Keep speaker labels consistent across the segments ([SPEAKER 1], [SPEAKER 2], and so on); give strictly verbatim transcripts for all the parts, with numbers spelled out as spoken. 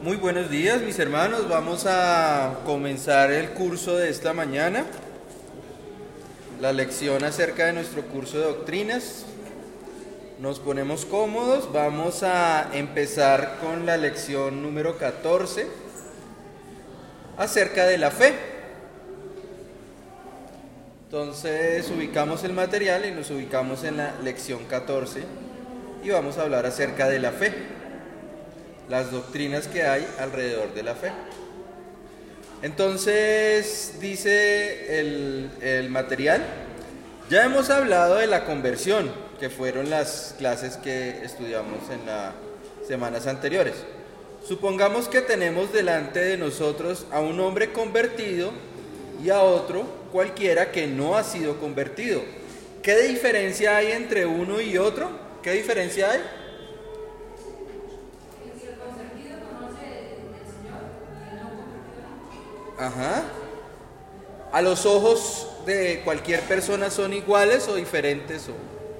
[SPEAKER 1] Muy buenos días, mis hermanos. Vamos a comenzar el curso de esta mañana, la lección acerca de nuestro curso de doctrinas. Nos ponemos cómodos, vamos a empezar con la lección número catorce acerca de la fe. Entonces ubicamos el material y nos ubicamos en la lección catorce y vamos a hablar acerca de la fe, las doctrinas que hay alrededor de la fe. Entonces dice el, el material, ya hemos hablado de la conversión, que fueron las clases que estudiamos en las semanas anteriores. Supongamos que tenemos delante de nosotros a un hombre convertido y a otro cualquiera que no ha sido convertido. ¿Qué diferencia hay entre uno y otro? ¿Qué diferencia hay? Ajá. ¿A los ojos de cualquier persona son iguales o diferentes? O...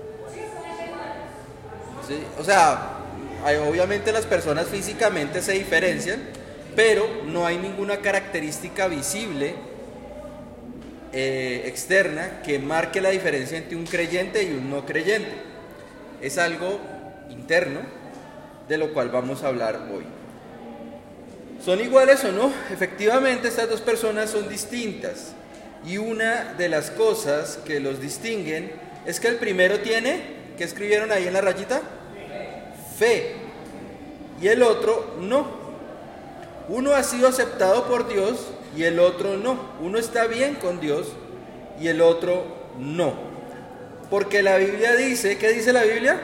[SPEAKER 1] ¿Sí? O sea, hay, obviamente las personas físicamente se diferencian, pero no hay ninguna característica visible eh, externa que marque la diferencia entre un creyente y un no creyente. Es algo interno de lo cual vamos a hablar hoy. ¿Son iguales o no? Efectivamente, estas dos personas son distintas. Y una de las cosas que los distinguen es que el primero tiene, ¿qué escribieron ahí en la rayita? Fe. Y el otro no. Uno ha sido aceptado por Dios y el otro no. Uno está bien con Dios y el otro no. Porque la Biblia dice, ¿qué dice la Biblia?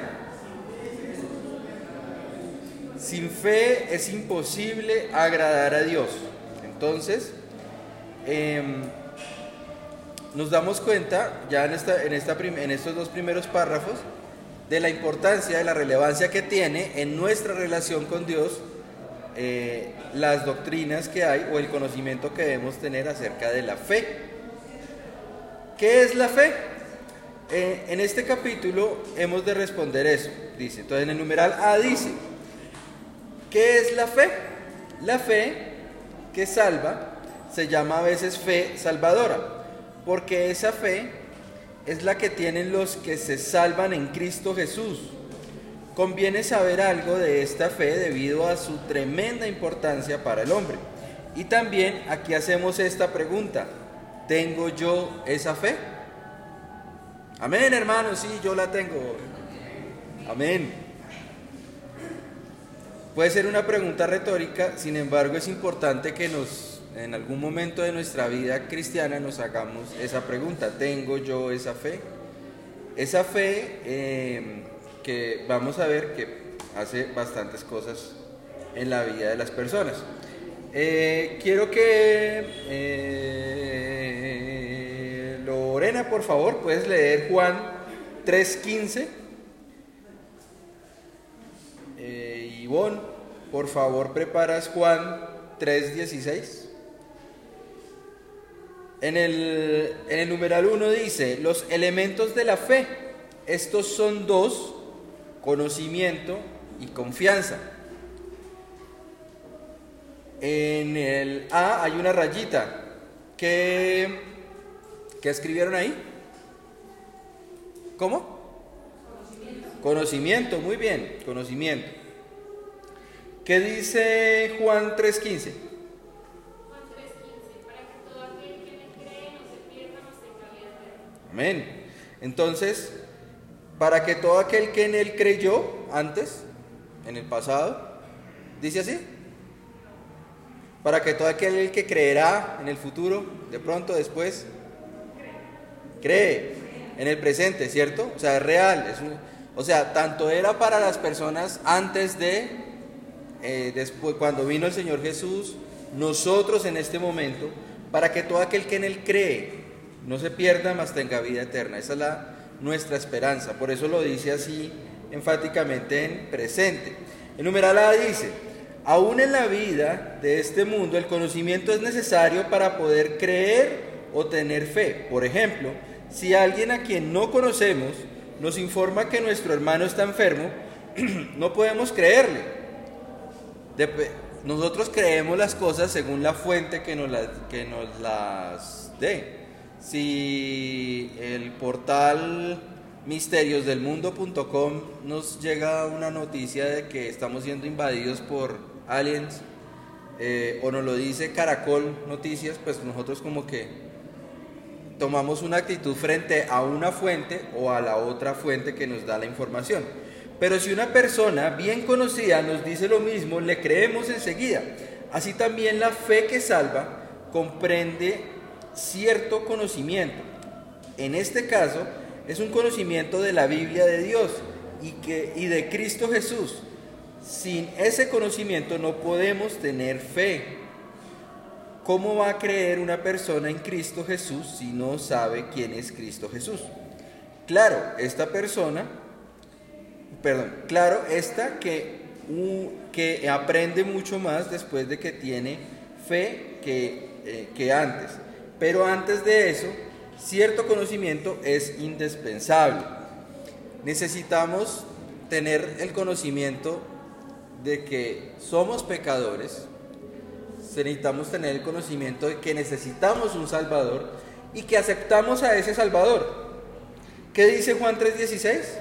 [SPEAKER 1] Sin fe es imposible agradar a Dios. Entonces, eh, nos damos cuenta ya en, esta, en, esta prim- en estos dos primeros párrafos de la importancia, de la relevancia que tiene en nuestra relación con Dios eh, las doctrinas que hay o el conocimiento que debemos tener acerca de la fe. ¿Qué es la fe? Eh, en este capítulo hemos de responder eso. Dice, entonces en el numeral A dice, ¿qué es la fe? La fe que salva se llama a veces fe salvadora, porque esa fe es la que tienen los que se salvan en Cristo Jesús. Conviene saber algo de esta fe debido a su tremenda importancia para el hombre. Y también aquí hacemos esta pregunta, ¿tengo yo esa fe? Amén, hermanos, sí, yo la tengo. Amén. Puede ser una pregunta retórica, sin embargo es importante que nos, en algún momento de nuestra vida cristiana nos hagamos esa pregunta, ¿tengo yo esa fe? Esa fe eh, que vamos a ver que hace bastantes cosas en la vida de las personas. Eh, quiero que eh, Lorena, por favor, puedes leer Juan tres quince. Ivonne, por favor, preparas Juan tres dieciséis. En el, en el numeral uno dice, los elementos de la fe, estos son dos, conocimiento y confianza. En el A hay una rayita. ¿Qué, qué escribieron ahí? ¿Cómo? Conocimiento. Conocimiento, muy bien, conocimiento. ¿Qué dice Juan tres quince?
[SPEAKER 2] Juan tres quince, para que todo aquel que en él cree no se pierda, mas tenga vida eterna.
[SPEAKER 1] Amén. Entonces, para que todo aquel que en él creyó antes, en el pasado, ¿dice así? Para que todo aquel que creerá en el futuro, de pronto después, cree en el presente, ¿cierto? O sea, es real. Es un, o sea, tanto era para las personas antes de... Eh, después, cuando vino el Señor Jesús, nosotros en este momento, para que todo aquel que en él cree no se pierda, mas tenga vida eterna. Esa es la, nuestra esperanza. Por eso lo dice así enfáticamente en presente. El numeral A dice, aún en la vida de este mundo el conocimiento es necesario para poder creer o tener fe. Por ejemplo, si alguien a quien no conocemos nos informa que nuestro hermano está enfermo, no podemos creerle. De, nosotros creemos las cosas según la fuente que nos las, que nos las dé. Si el portal misterios del mundo punto com nos llega una noticia de que estamos siendo invadidos por aliens, eh, o nos lo dice Caracol Noticias, pues nosotros como que tomamos una actitud frente a una fuente o a la otra fuente que nos da la información. Pero si una persona bien conocida nos dice lo mismo, le creemos enseguida. Así también la fe que salva comprende cierto conocimiento. En este caso, es un conocimiento de la Biblia de Dios y, que, y de Cristo Jesús. Sin ese conocimiento no podemos tener fe. ¿Cómo va a creer una persona en Cristo Jesús si no sabe quién es Cristo Jesús? Claro, esta persona, perdón, claro, esta que, uh, que aprende mucho más después de que tiene fe que, eh, que antes. Pero antes de eso, cierto conocimiento es indispensable. Necesitamos tener el conocimiento de que somos pecadores, necesitamos tener el conocimiento de que necesitamos un Salvador y que aceptamos a ese Salvador. ¿Qué dice Juan tres dieciséis?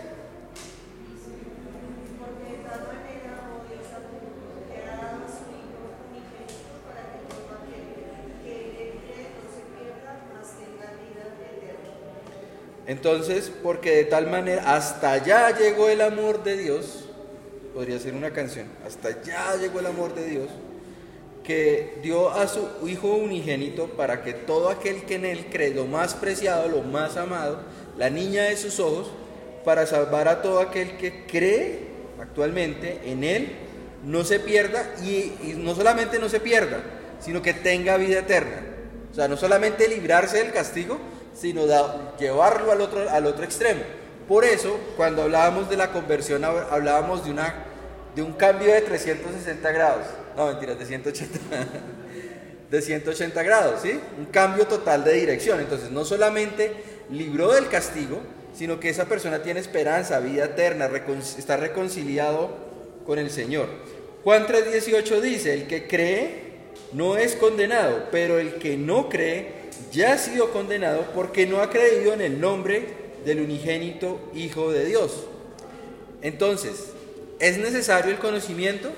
[SPEAKER 1] Entonces, porque de tal manera, hasta allá llegó el amor de Dios, podría ser una canción, hasta allá llegó el amor de Dios, que dio a su Hijo unigénito para que todo aquel que en él cree, lo más preciado, lo más amado, la niña de sus ojos, para salvar a todo aquel que cree actualmente en él, no se pierda, y, y no solamente no se pierda, sino que tenga vida eterna. O sea, no solamente librarse del castigo, sino da, llevarlo al otro, al otro extremo. Por eso, cuando hablábamos de la conversión, hablábamos de, una, de un cambio de trescientos sesenta grados. No, mentiras, de ciento ochenta. De ciento ochenta grados, ¿sí? Un cambio total de dirección. Entonces, no solamente libró del castigo, sino que esa persona tiene esperanza, vida eterna, recon, está reconciliado con el Señor. Juan tres dieciocho dice, el que cree no es condenado, pero el que no cree ya ha sido condenado porque no ha creído en el nombre del unigénito Hijo de Dios. Entonces, ¿es necesario el conocimiento?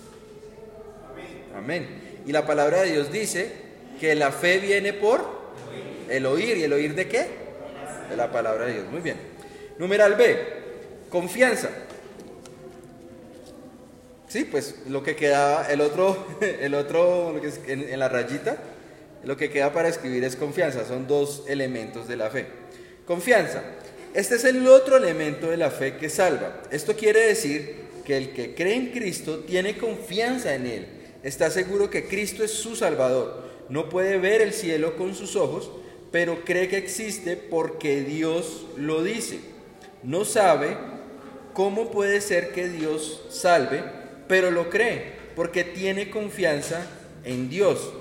[SPEAKER 1] Amén. Y la palabra de Dios dice que la fe viene por el oír. ¿Y el oír de qué? De la palabra de Dios. Muy bien. Numeral B, confianza. Sí, pues lo que queda, el otro, el otro lo que es en, en la rayita, lo que queda para escribir es confianza. Son dos elementos de la fe. Confianza. Este es el otro elemento de la fe que salva. Esto quiere decir que el que cree en Cristo tiene confianza en Él. Está seguro que Cristo es su Salvador. No puede ver el cielo con sus ojos, pero cree que existe porque Dios lo dice. No sabe cómo puede ser que Dios salve, pero lo cree porque tiene confianza en Dios.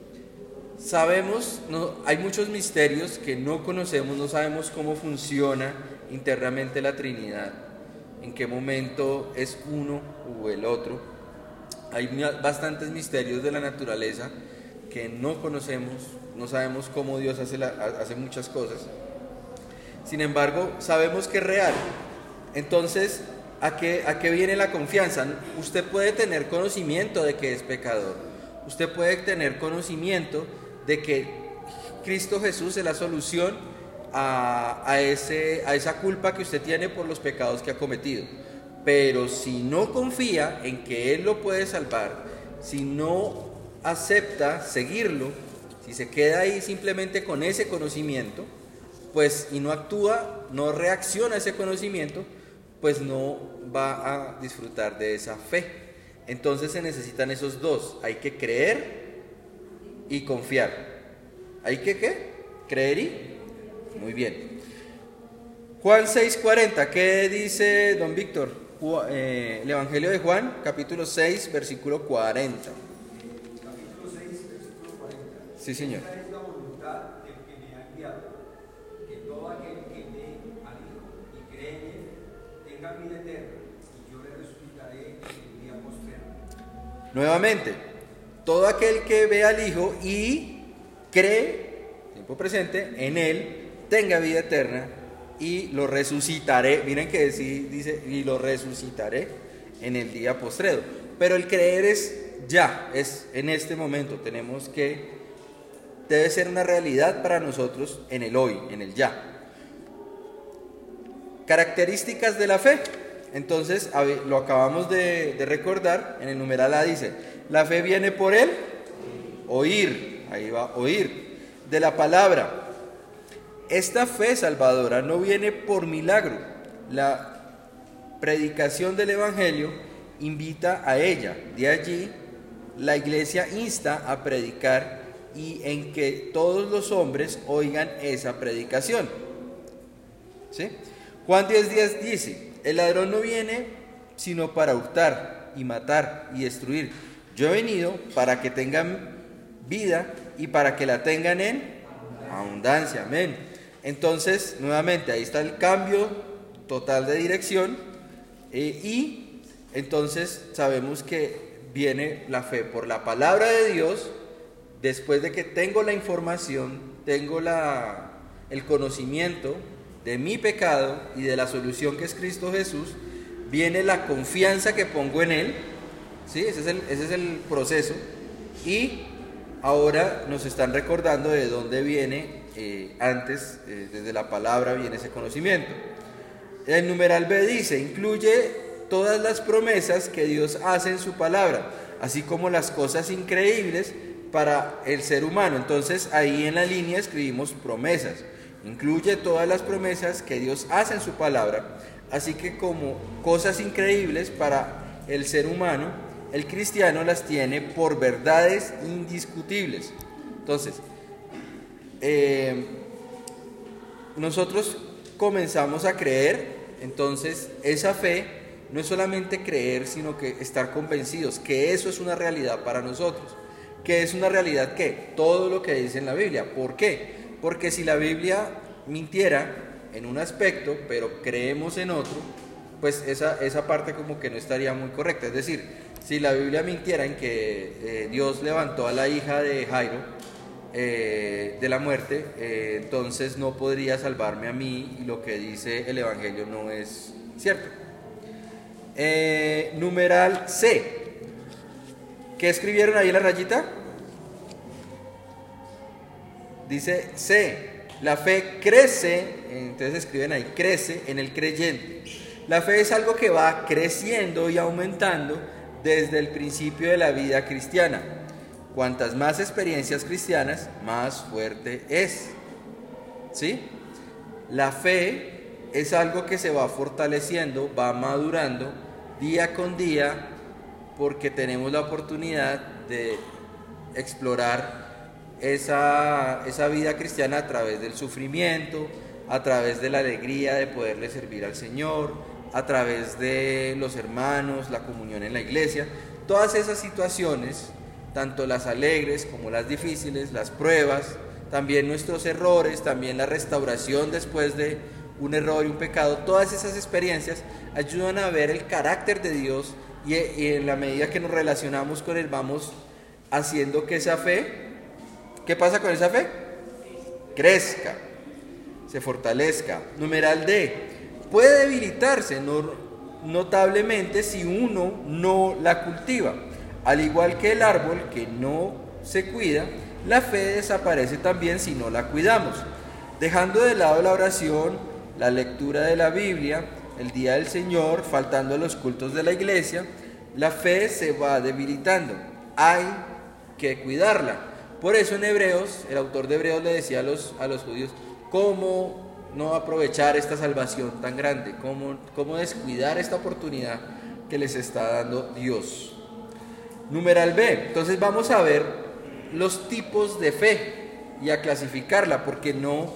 [SPEAKER 1] Sabemos, no, hay muchos misterios que no conocemos, no sabemos cómo funciona internamente la Trinidad, en qué momento es uno u el otro. Hay bastantes misterios de la naturaleza que no conocemos, no sabemos cómo Dios hace, la, hace muchas cosas. Sin embargo, sabemos que es real. Entonces, ¿a qué, ¿a qué viene la confianza? Usted puede tener conocimiento de que es pecador. Usted puede tener conocimiento de que Cristo Jesús es la solución a, a, ese, a esa culpa que usted tiene por los pecados que ha cometido. Pero si no confía en que Él lo puede salvar, si no acepta seguirlo, si se queda ahí simplemente con ese conocimiento, pues y no actúa, no reacciona a ese conocimiento, pues no va a disfrutar de esa fe. Entonces se necesitan esos dos, hay que creer y confiar. ¿Hay que qué? Creer y... Muy bien. Juan seis cuarenta, ¿qué dice don Víctor? Eh, el Evangelio de Juan, capítulo seis, versículo cuarenta.
[SPEAKER 3] Capítulo seis, versículo cuarenta.
[SPEAKER 1] Sí, señor.
[SPEAKER 3] Esta es la voluntad del que me ha enviado, que todo aquel que ve al Hijo y cree en Él tenga vida eterna, y yo le resucitaré en el día postrero.
[SPEAKER 1] Nuevamente, todo aquel que ve al Hijo y cree, tiempo presente, en Él, tenga vida eterna y lo resucitaré. Miren que sí dice, y lo resucitaré en el día postrero. Pero el creer es ya, es en este momento. Tenemos que, debe ser una realidad para nosotros en el hoy, en el ya. Características de la fe. Entonces, lo acabamos de, de recordar, en el numeral A dice, la fe viene por el oír, ahí va, oír, de la palabra. Esta fe salvadora no viene por milagro. La predicación del Evangelio invita a ella. De allí, la iglesia insta a predicar y en que todos los hombres oigan esa predicación. ¿Sí? Juan diez diez dice, el ladrón no viene sino para hurtar y matar y destruir. Yo he venido para que tengan vida y para que la tengan en abundancia. Amén. Entonces, nuevamente, ahí está el cambio total de dirección eh, y entonces sabemos que viene la fe por la palabra de Dios. Después de que tengo la información, tengo la, el conocimiento de mi pecado y de la solución que es Cristo Jesús, viene la confianza que pongo en Él, ¿sí? Ese es el, ese es el proceso, y ahora nos están recordando de dónde viene, eh, antes, eh, desde la palabra viene ese conocimiento. El numeral B dice, incluye todas las promesas que Dios hace en su palabra, así como las cosas increíbles para el ser humano. Entonces ahí en la línea escribimos promesas. Incluye todas las promesas que Dios hace en su palabra, así que como cosas increíbles para el ser humano, el cristiano las tiene por verdades indiscutibles. Entonces, eh, nosotros comenzamos a creer, entonces esa fe no es solamente creer, sino que estar convencidos que eso es una realidad para nosotros. ¿Qué es una realidad? ¿Qué? Todo lo que dice en la Biblia. ¿Por qué? Porque si la Biblia mintiera en un aspecto, pero creemos en otro, pues esa, esa parte como que no estaría muy correcta. Es decir, si la Biblia mintiera en que eh, Dios levantó a la hija de Jairo eh, de la muerte, eh, entonces no podría salvarme a mí y lo que dice el Evangelio no es cierto. Eh, numeral C. ¿Qué escribieron ahí en la rayita? Dice C, la fe crece, entonces escriben ahí, crece en el creyente. La fe es algo que va creciendo y aumentando desde el principio de la vida cristiana. Cuantas más experiencias cristianas, más fuerte es. ¿Sí? La fe es algo que se va fortaleciendo, va madurando día con día, porque tenemos la oportunidad de explorar esa, esa vida cristiana a través del sufrimiento, a través de la alegría de poderle servir al Señor, a través de los hermanos, la comunión en la iglesia. Todas esas situaciones, tanto las alegres como las difíciles, las pruebas, también nuestros errores, también la restauración después de un error y un pecado, todas esas experiencias ayudan a ver el carácter de Dios. Y, y en la medida que nos relacionamos con Él, vamos haciendo que esa fe, ¿qué pasa con esa fe? Crezca, se fortalezca. Numeral D, puede debilitarse no, notablemente si uno no la cultiva. Al igual que el árbol que no se cuida, la fe desaparece también si no la cuidamos. Dejando de lado la oración, la lectura de la Biblia, el día del Señor, faltando a los cultos de la iglesia, la fe se va debilitando. Hay que cuidarla. Por eso en Hebreos, el autor de Hebreos le decía a los, a los judíos, ¿cómo no aprovechar esta salvación tan grande? ¿Cómo, cómo descuidar esta oportunidad que les está dando Dios? Numeral B. Entonces vamos a ver los tipos de fe y a clasificarla, porque no,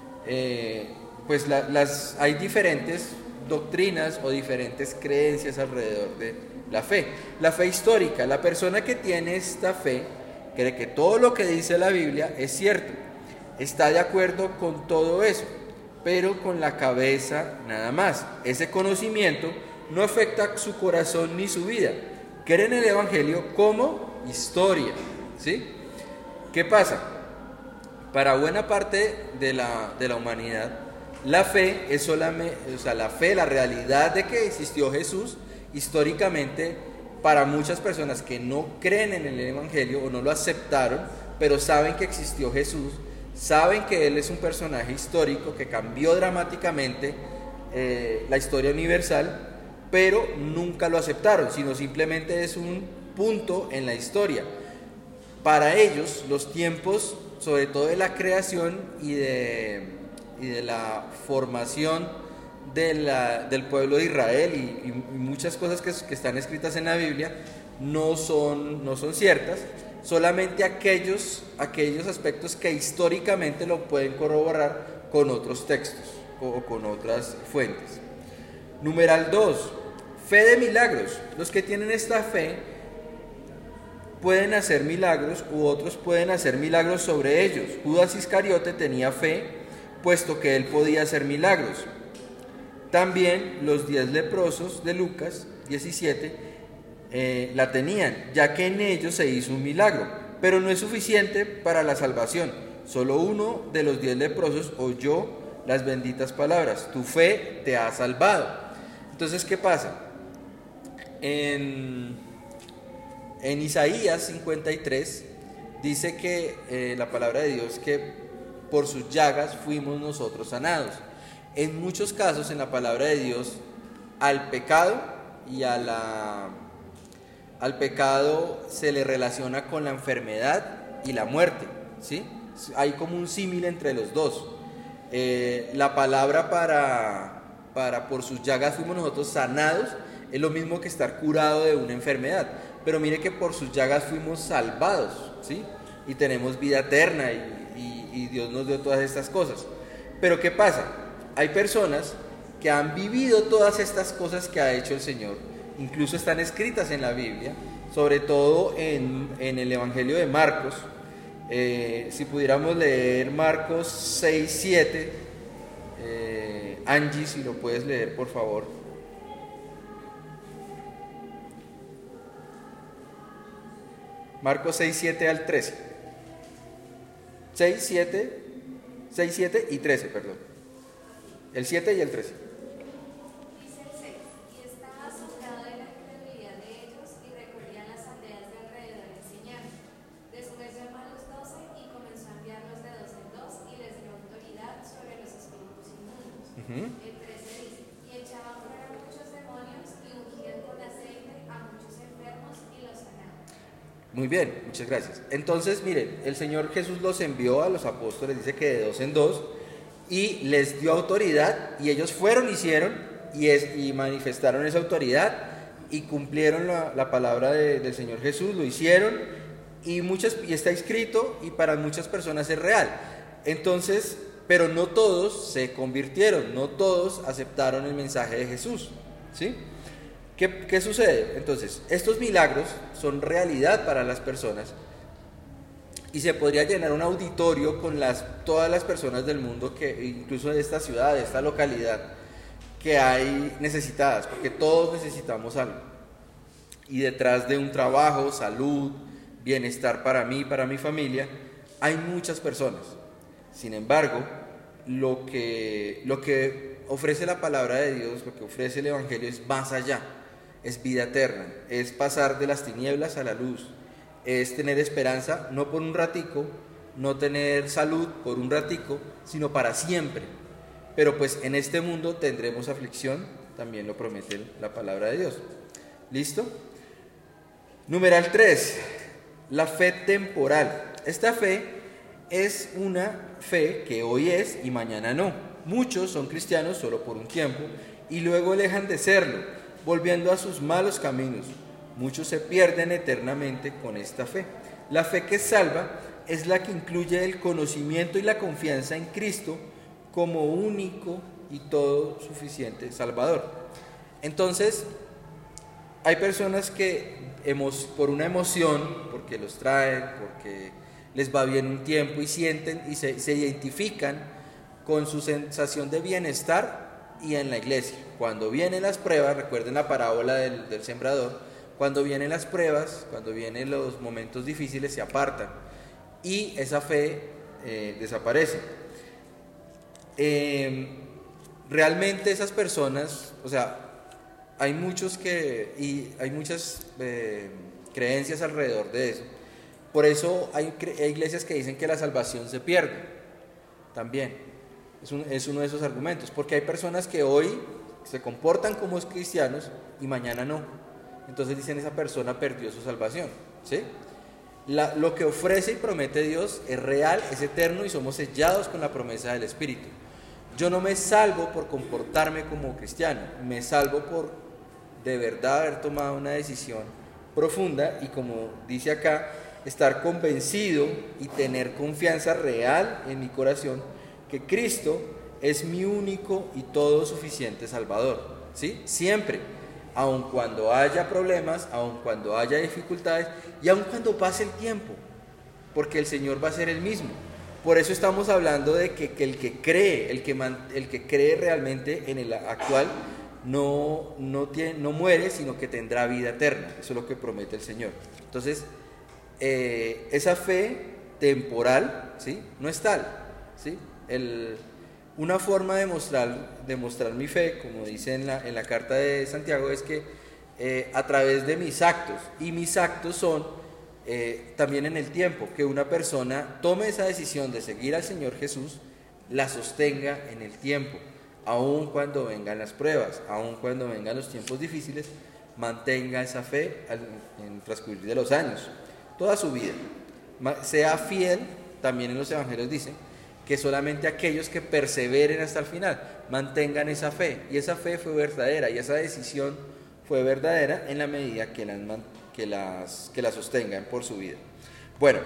[SPEAKER 1] eh, pues la, las, hay diferentes doctrinas o diferentes creencias alrededor de la fe. La fe histórica, la persona que tiene esta fe cree que todo lo que dice la Biblia es cierto, está de acuerdo con todo eso, pero con la cabeza nada más. Ese conocimiento no afecta su corazón ni su vida, creen en el Evangelio como historia, ¿sí? ¿Qué pasa? Para buena parte de la, de la humanidad, la fe es solamente, o sea, la fe, la realidad de que existió Jesús, históricamente, para muchas personas que no creen en el Evangelio o no lo aceptaron, pero saben que existió Jesús, saben que Él es un personaje histórico que cambió dramáticamente eh, la historia universal, pero nunca lo aceptaron, sino simplemente es un punto en la historia. Para ellos, los tiempos, sobre todo de la creación y de, y de la formación de la, del pueblo de Israel y, y muchas cosas que, que están escritas en la Biblia, no son, no son ciertas, solamente aquellos, aquellos aspectos que históricamente lo pueden corroborar con otros textos o, o con otras fuentes. Numeral dos, fe de milagros. Los que tienen esta fe pueden hacer milagros u otros pueden hacer milagros sobre ellos. Judas Iscariote tenía fe, puesto que él podía hacer milagros. También los diez leprosos de Lucas diecisiete eh, la tenían, ya que en ellos se hizo un milagro, pero no es suficiente para la salvación. Solo uno de los diez leprosos oyó las benditas palabras: tu fe te ha salvado. Entonces, ¿qué pasa? En, en Isaías cincuenta y tres dice que eh, la palabra de Dios, que por sus llagas fuimos nosotros sanados. En muchos casos en la palabra de Dios, al pecado y a la, al pecado se le relaciona con la enfermedad y la muerte, ¿sí? Hay como un símil entre los dos. Eh, la palabra para, para por sus llagas fuimos nosotros sanados es lo mismo que estar curado de una enfermedad, pero mire que por sus llagas fuimos salvados, ¿sí? Y tenemos vida eterna y, y, y Dios nos dio todas estas cosas. Pero ¿qué pasa? Hay personas que han vivido todas estas cosas que ha hecho el Señor, incluso están escritas en la Biblia, sobre todo en, en el Evangelio de Marcos. Eh, si pudiéramos leer Marcos seis, siete, eh, Angie, si lo puedes leer, por favor. Marcos seis, siete al trece. seis, siete, seis, siete y trece, perdón. El siete y el trece.
[SPEAKER 2] Dice el seis, y estaba asombrado de la incredulidad de ellos y recorría las aldeas de alrededor enseñando. Después llamó a los doce y comenzó a enviarlos de dos en dos y les dio autoridad sobre los espíritus inmundos. Uh-huh. El trece dice, y echaban fuera muchos demonios y ungían con aceite a muchos enfermos y los sanaban.
[SPEAKER 1] Muy bien, muchas gracias. Entonces, miren, el Señor Jesús los envió a los apóstoles, dice que de dos en dos, y les dio autoridad, y ellos fueron, hicieron, y, es, y manifestaron esa autoridad, y cumplieron la, la palabra de, del Señor Jesús, lo hicieron, y, muchas, y está escrito, y para muchas personas es real. Entonces, pero no todos se convirtieron, no todos aceptaron el mensaje de Jesús, ¿sí? ¿Qué, qué sucede? Entonces, estos milagros son realidad para las personas, y se podría llenar un auditorio con las, todas las personas del mundo, que incluso de esta ciudad, de esta localidad, que hay necesitadas, porque todos necesitamos algo. Y detrás de un trabajo, salud, bienestar para mí, para mi familia, hay muchas personas. Sin embargo, lo que, lo que ofrece la palabra de Dios, lo que ofrece el Evangelio es más allá, es vida eterna, es pasar de las tinieblas a la luz, es tener esperanza, no por un ratico, no tener salud por un ratico, sino para siempre. Pero pues en este mundo tendremos aflicción, también lo promete la palabra de Dios. ¿Listo? Numeral tres, la fe temporal. Esta fe es una fe que hoy es y mañana no. Muchos son cristianos solo por un tiempo y luego dejan de serlo, volviendo a sus malos caminos. Muchos se pierden eternamente con esta fe. La fe que salva es la que incluye el conocimiento y la confianza en Cristo como único y todo suficiente Salvador. Entonces, hay personas que hemos, por una emoción, porque los traen, porque les va bien un tiempo y sienten y se, se identifican con su sensación de bienestar y en la iglesia. Cuando vienen las pruebas, recuerden la parábola del, del sembrador, cuando vienen las pruebas, cuando vienen los momentos difíciles, se apartan y esa fe eh, desaparece. Eh, realmente esas personas, o sea, hay muchos que, y hay muchas eh, creencias alrededor de eso. Por eso hay, hay iglesias que dicen que la salvación se pierde, también. Es, un, es uno de esos argumentos, porque hay personas que hoy se comportan como cristianos y mañana no. Entonces dicen, esa persona perdió su salvación, ¿sí? La, lo que ofrece y promete Dios es real, es eterno y somos sellados con la promesa del Espíritu. Yo no me salvo por comportarme como cristiano, me salvo por de verdad haber tomado una decisión profunda y, como dice acá, estar convencido y tener confianza real en mi corazón que Cristo es mi único y todo suficiente Salvador, ¿sí? Siempre, aun cuando haya problemas, aun cuando haya dificultades y aun cuando pase el tiempo, porque el Señor va a ser el mismo. Por eso estamos hablando de que, que el que cree, el que, man, el que cree realmente en el actual, no, no, tiene, no muere, sino que tendrá vida eterna. Eso es lo que promete el Señor. Entonces, eh, esa fe temporal, ¿sí?, no es tal, ¿sí? El, una forma de mostrar, de mostrar mi fe, como dice en la, en la carta de Santiago, es que eh, a través de mis actos, y mis actos son eh, también en el tiempo, que una persona tome esa decisión de seguir al Señor Jesús, la sostenga en el tiempo, aun cuando vengan las pruebas, aun cuando vengan los tiempos difíciles, mantenga esa fe al, en el transcurrir de los años, toda su vida. Sea fiel, también en los evangelios dice, que solamente aquellos que perseveren hasta el final mantengan esa fe, y esa fe fue verdadera, y esa decisión fue verdadera en la medida que las, que las, que las sostengan por su vida. Bueno,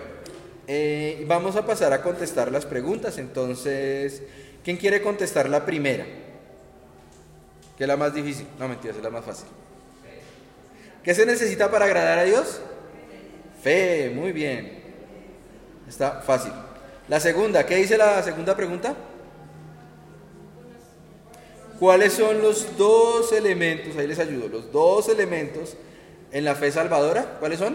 [SPEAKER 1] eh, vamos a pasar a contestar las preguntas. Entonces, ¿quién quiere contestar la primera? ¿Qué es la más difícil? No, mentira, es la más fácil. ¿Qué se necesita para agradar a Dios? Fe, muy bien. Está fácil. La segunda, ¿qué dice la segunda pregunta? ¿Cuáles son los dos elementos, ahí les ayudo, los dos elementos en la fe salvadora? ¿Cuáles son?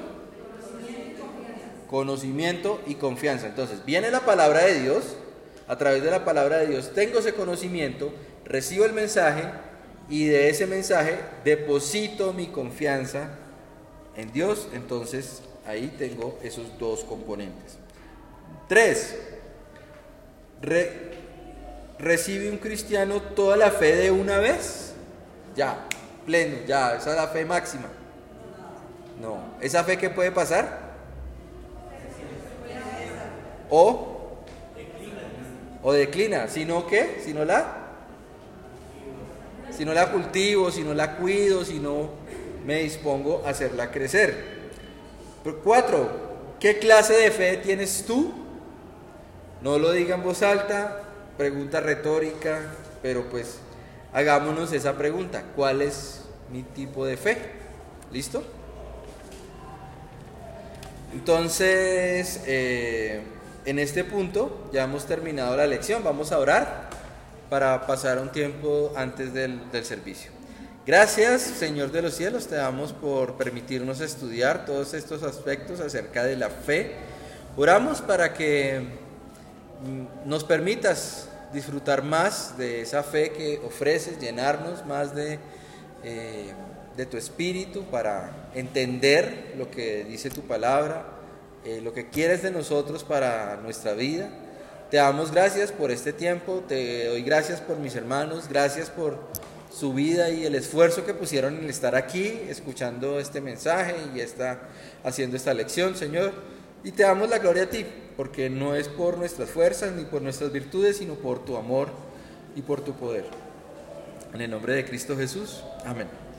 [SPEAKER 1] Conocimiento y confianza. Entonces, viene la palabra de Dios, a través de la palabra de Dios tengo ese conocimiento, recibo el mensaje y de ese mensaje deposito mi confianza en Dios. Entonces, ahí tengo esos dos componentes. Tres, re, ¿recibe un cristiano toda la fe de una vez? Ya, pleno, ya, esa es la fe máxima. No, ¿esa fe qué puede pasar? O, o declina, si no, ¿qué? Si no la, si no la cultivo, si no la cuido, si no me dispongo a hacerla crecer. Cuatro, ¿qué clase de fe tienes tú? No lo diga en voz alta, pregunta retórica, pero pues hagámonos esa pregunta. ¿Cuál es mi tipo de fe? ¿Listo? Entonces, eh, en este punto ya hemos terminado la lección. Vamos a orar para pasar un tiempo antes del, del servicio. Gracias, Señor de los cielos, te damos por permitirnos estudiar todos estos aspectos acerca de la fe. Oramos para que nos permitas disfrutar más de esa fe que ofreces, llenarnos más de, eh, de tu espíritu para entender lo que dice tu palabra, eh, lo que quieres de nosotros para nuestra vida. Te damos gracias por este tiempo, te doy gracias por mis hermanos, gracias por su vida y el esfuerzo que pusieron en estar aquí, escuchando este mensaje y está haciendo esta lección, Señor. Y te damos la gloria a ti, porque no es por nuestras fuerzas ni por nuestras virtudes, sino por tu amor y por tu poder. En el nombre de Cristo Jesús. Amén.